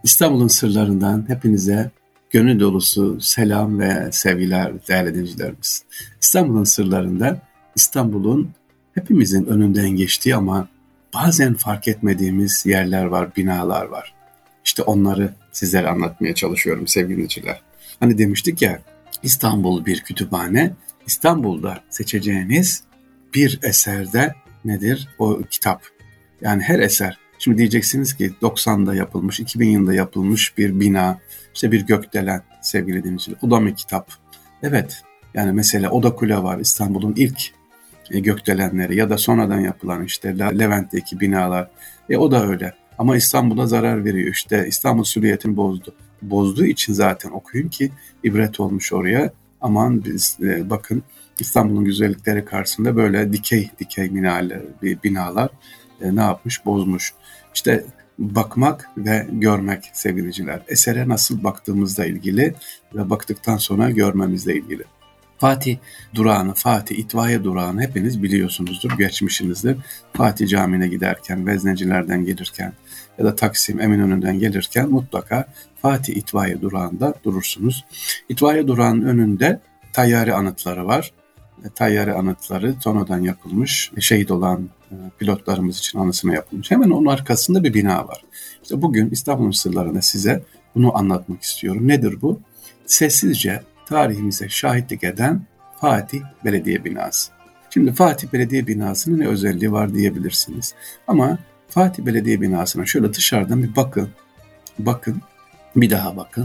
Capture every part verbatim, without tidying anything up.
İstanbul'un sırlarından hepinize gönül dolusu selam ve sevgiler değerli dinleyicilerimiz. İstanbul'un sırlarında İstanbul'un hepimizin önünden geçtiği ama bazen fark etmediğimiz yerler var, binalar var. İşte onları sizlere anlatmaya çalışıyorum sevgili dinleyiciler. Hani demiştik ya, İstanbul bir kütüphane. İstanbul'da seçeceğiniz bir eserde nedir? O kitap. Yani her eser. Şimdi diyeceksiniz ki doksanda yapılmış, iki bin yılında yapılmış bir bina, işte bir gökdelen sevgili dinleyiciler. O da mı kitap? Evet. Yani mesela Oda Kule var, İstanbul'un ilk e, gökdelenleri ya da sonradan yapılan işte Levent'teki binalar. E o da öyle. Ama İstanbul'a zarar veriyor. İşte İstanbul silüetini bozdu. Bozduğu için zaten okuyun ki ibret olmuş oraya. Aman biz e, bakın İstanbul'un güzellikleri karşısında böyle dikey dikey binalar, binalar e, ne yapmış? Bozmuş. İşte bakmak ve görmek sevgiliciler. Esere nasıl baktığımızla ilgili ve baktıktan sonra görmemizle ilgili. Fatih durağını, Fatih itfaiye durağını hepiniz biliyorsunuzdur, geçmişinizdir. Fatih Camii'ne giderken, Veznecilerden gelirken ya da Taksim, Eminönü'nden gelirken mutlaka Fatih itfaiye durağında durursunuz. İtfaiye durağının önünde tayyare anıtları var. Tayyare anıtları sonradan yapılmış, şehit olan pilotlarımız için anısına yapılmış. Hemen onun arkasında bir bina var. İşte bugün İstanbul'un sırlarında size bunu anlatmak istiyorum. Nedir bu? Sessizce tarihimize şahitlik eden Fatih Belediye Binası. Şimdi Fatih Belediye Binası'nın ne özelliği var diyebilirsiniz. Ama Fatih Belediye Binası'na şöyle dışarıdan bir bakın. Bakın, bir daha bakın.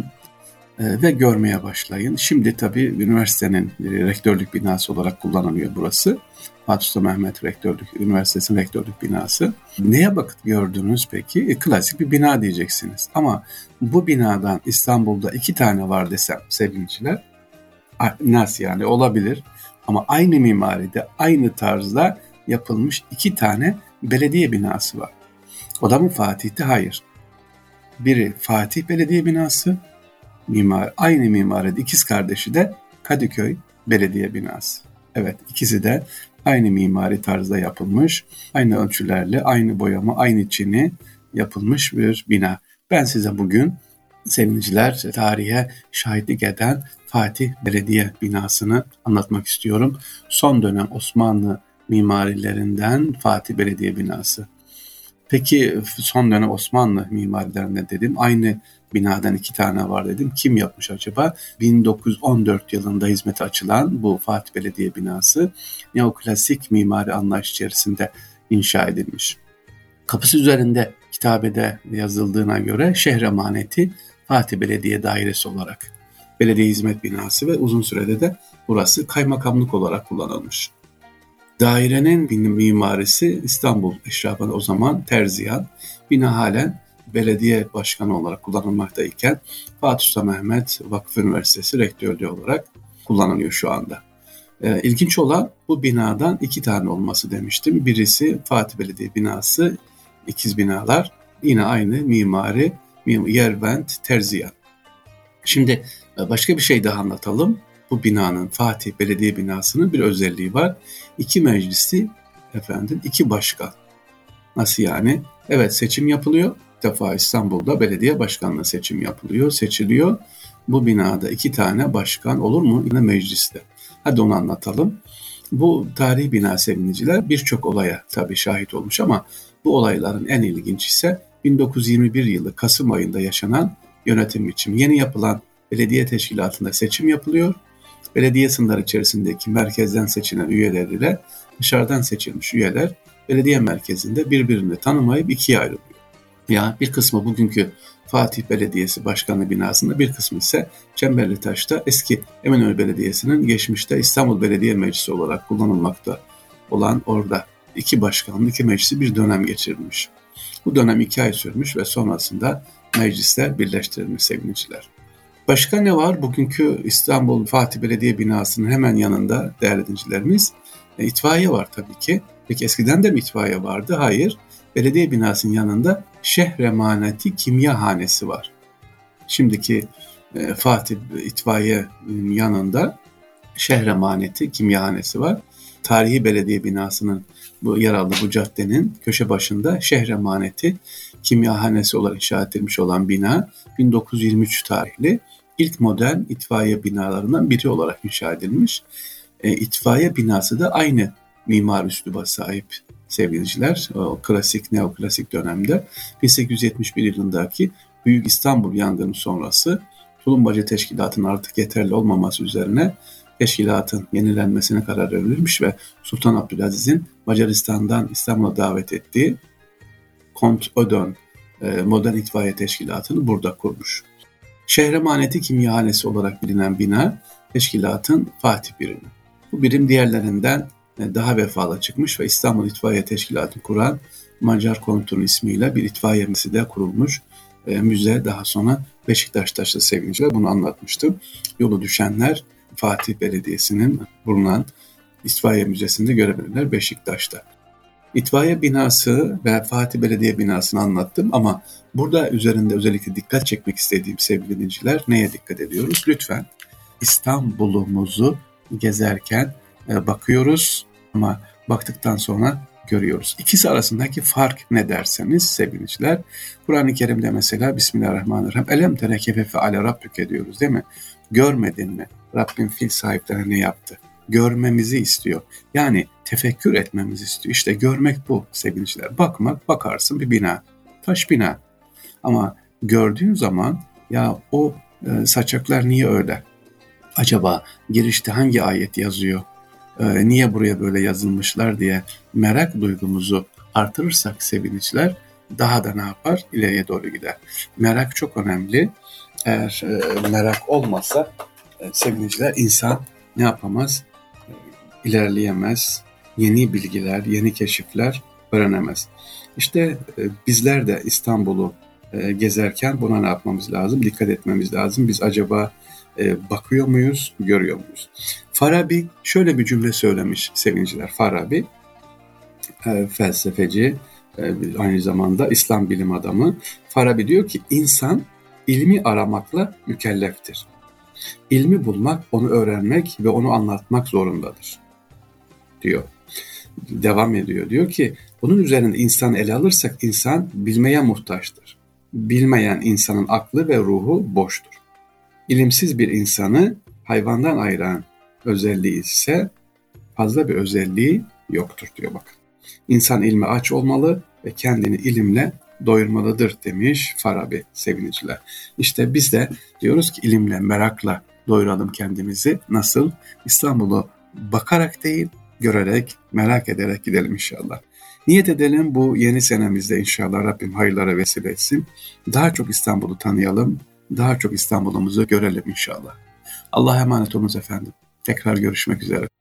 Ve görmeye başlayın. Şimdi tabii üniversitenin rektörlük binası olarak kullanılıyor burası. Fatih Sultan Mehmet Rektörlük, Üniversitesi'nin rektörlük binası. Neye bakıp gördünüz peki? E, klasik bir bina diyeceksiniz. Ama bu binadan İstanbul'da iki tane var desem sevgiliciler, nasıl yani olabilir? Ama aynı mimaride, aynı tarzda yapılmış iki tane belediye binası var. O da mı Fatih'te? Hayır. Biri Fatih Belediye Binası, mimar, aynı mimaride ikiz kardeşi de Kadıköy Belediye Binası. Evet, ikisi de aynı mimari tarzda yapılmış, aynı ölçülerle, aynı boyama, aynı çini yapılmış bir bina. Ben size bugün sevgiliciler tarihe şahitlik eden Fatih Belediye Binası'nı anlatmak istiyorum. Son dönem Osmanlı mimarilerinden Fatih Belediye Binası. Peki son dönem Osmanlı mimarilerinden dedim. Aynı binadan iki tane var dedim. Kim yapmış acaba? bin dokuz yüz on dört yılında hizmete açılan bu Fatih Belediye Binası neoklasik mimari anlayış içerisinde inşa edilmiş. Kapısı üzerinde kitabede yazıldığına göre şehre emaneti Fatih Belediye Dairesi olarak belediye hizmet binası ve uzun sürede de burası kaymakamlık olarak kullanılmış. Dairenin mimarisi İstanbul eşrafında o zaman terziyan, bina halen belediye başkanı olarak kullanılmaktayken Fatih Sultan Mehmet Vakıf Üniversitesi rektörlüğü olarak kullanılıyor şu anda. Ee, ilginç olan bu binadan iki tane olması demiştim. Birisi Fatih Belediye binası, ikiz binalar, yine aynı mimari, Yervent, terziyan. Şimdi başka bir şey daha anlatalım. Bu binanın, Fatih Belediye Binası'nın bir özelliği var. İki meclisi, efendim, iki başkan. Nasıl yani? Evet, seçim yapılıyor. Bir defa İstanbul'da belediye başkanlığı seçim yapılıyor, seçiliyor. Bu binada iki tane başkan olur mu? Yine mecliste. Hadi onu anlatalım. Bu tarihi bina sevgiliciler birçok olaya tabii şahit olmuş ama bu olayların en ilginç ise bin dokuz yüz yirmi bir yılı Kasım ayında yaşanan yönetim biçimi. Yeni yapılan belediye teşkilatında seçim yapılıyor. Belediye sınırları içerisindeki merkezden seçilen üyeler ile dışarıdan seçilmiş üyeler belediye merkezinde birbirini tanımayıp ikiye ayrılıyor. Ya bir kısmı bugünkü Fatih Belediyesi Başkanlığı binasında, bir kısmı ise Çemberlitaş'ta eski Eminönü Belediyesi'nin geçmişte İstanbul Belediye Meclisi olarak kullanılmakta olan orada iki başkanlık, iki meclisi bir dönem geçirilmiş. Bu dönem iki ay sürmüş ve sonrasında meclisler birleştirilmiş sevgiliciler. Başka ne var? Bugünkü İstanbul Fatih Belediye Binası'nın hemen yanında değerli dinleyicilerimiz e, itfaiye var tabii ki. Peki eskiden de mi itfaiye vardı? Hayır. Belediye binasının yanında Şehremaneti Kimyahanesi var. Şimdiki e, Fatih itfaiye yanında Şehremaneti Kimyahanesi var. tarihi belediye binasının bu yer aldığı bu caddenin köşe başında şehre emaneti kimyahanesi olarak inşa edilmiş olan bina bin dokuz yüz yirmi üç tarihli ilk modern itfaiye binalarından biri olarak inşa edilmiş. E, itfaiye binası da aynı mimar üsluba sahip sevgiliciler. O klasik, neoklasik dönemde bin sekiz yüz yetmiş bir yılındaki Büyük İstanbul yangını sonrası Tulumbacı Teşkilatı'nın artık yeterli olmaması üzerine teşkilatın yenilenmesine karar verilmiş ve Sultan Abdülaziz'in Macaristan'dan İstanbul'a davet ettiği Kont Ödön Modern İtfaiye Teşkilatı'nı burada kurmuş. Şehre emaneti kimyahanesi olarak bilinen bina teşkilatın Fatih birimi. Bu birim diğerlerinden daha vefalı çıkmış ve İstanbul İtfaiye Teşkilatı'nı kuran Macar Komutanı ismiyle bir itfaiye müzesi de kurulmuş. E, müze daha sonra Beşiktaş'ta sevgiliciler bunu anlatmıştım. Yolu düşenler Fatih Belediyesi'nin bulunan İtfaiye Müzesi'nde görebilirler Beşiktaş'ta. İtfaiye binası ve Fatih Belediye binasını anlattım ama burada üzerinde özellikle dikkat çekmek istediğim sevgili dinleyiciler, neye dikkat ediyoruz? Lütfen İstanbul'umuzu gezerken e, bakıyoruz ama baktıktan sonra görüyoruz. İkisi arasındaki fark ne derseniz sevgili dinleyiciler, Kur'an-ı Kerim'de mesela Bismillahirrahmanirrahim Elem tere keyfe feale rabbüke diyoruz değil mi? Görmedin mi? Rabbin fil sahiplerine ne yaptı? Görmemizi istiyor. Yani tefekkür etmemizi istiyor. İşte görmek bu sevgiliciler. Bakmak, bakarsın bir bina. Taş bina. Ama gördüğün zaman ya o e, saçaklar niye öyle? Acaba girişte hangi ayet yazıyor? E, niye buraya böyle yazılmışlar diye merak duygumuzu artırırsak sevgiliciler daha da ne yapar? İleriye doğru gider. Merak çok önemli. Eğer e, merak olmazsa e, sevgiliciler insan ne yapamaz? E, ilerleyemez. Yeni bilgiler, yeni keşifler öğrenemez. İşte e, bizler de İstanbul'u e, gezerken buna ne yapmamız lazım? Dikkat etmemiz lazım. Biz acaba e, bakıyor muyuz, görüyor muyuz? Farabi şöyle bir cümle söylemiş sevgiliciler. Farabi e, felsefeci, e, aynı zamanda İslam bilim adamı. Farabi diyor ki insan ilmi aramakla mükelleftir. İlmi bulmak, onu öğrenmek ve onu anlatmak zorundadır diyor. Devam ediyor. Diyor ki bunun üzerinde insan ele alırsak insan bilmeye muhtaçtır. Bilmeyen insanın aklı ve ruhu boştur. İlimsiz bir insanı hayvandan ayıran özelliği ise fazla bir özelliği yoktur diyor bakın. İnsan ilme aç olmalı ve kendini ilimle doyurmalıdır demiş Farabi sevgiliciler. İşte biz de diyoruz ki ilimle, merakla doyuralım kendimizi. Nasıl? İstanbul'u bakarak değil, görerek, merak ederek gidelim inşallah. Niyet edelim bu yeni senemizde inşallah Rabbim hayırlara vesile etsin. Daha çok İstanbul'u tanıyalım, daha çok İstanbul'umuzu görelim inşallah. Allah'a emanet olunuz efendim. Tekrar görüşmek üzere.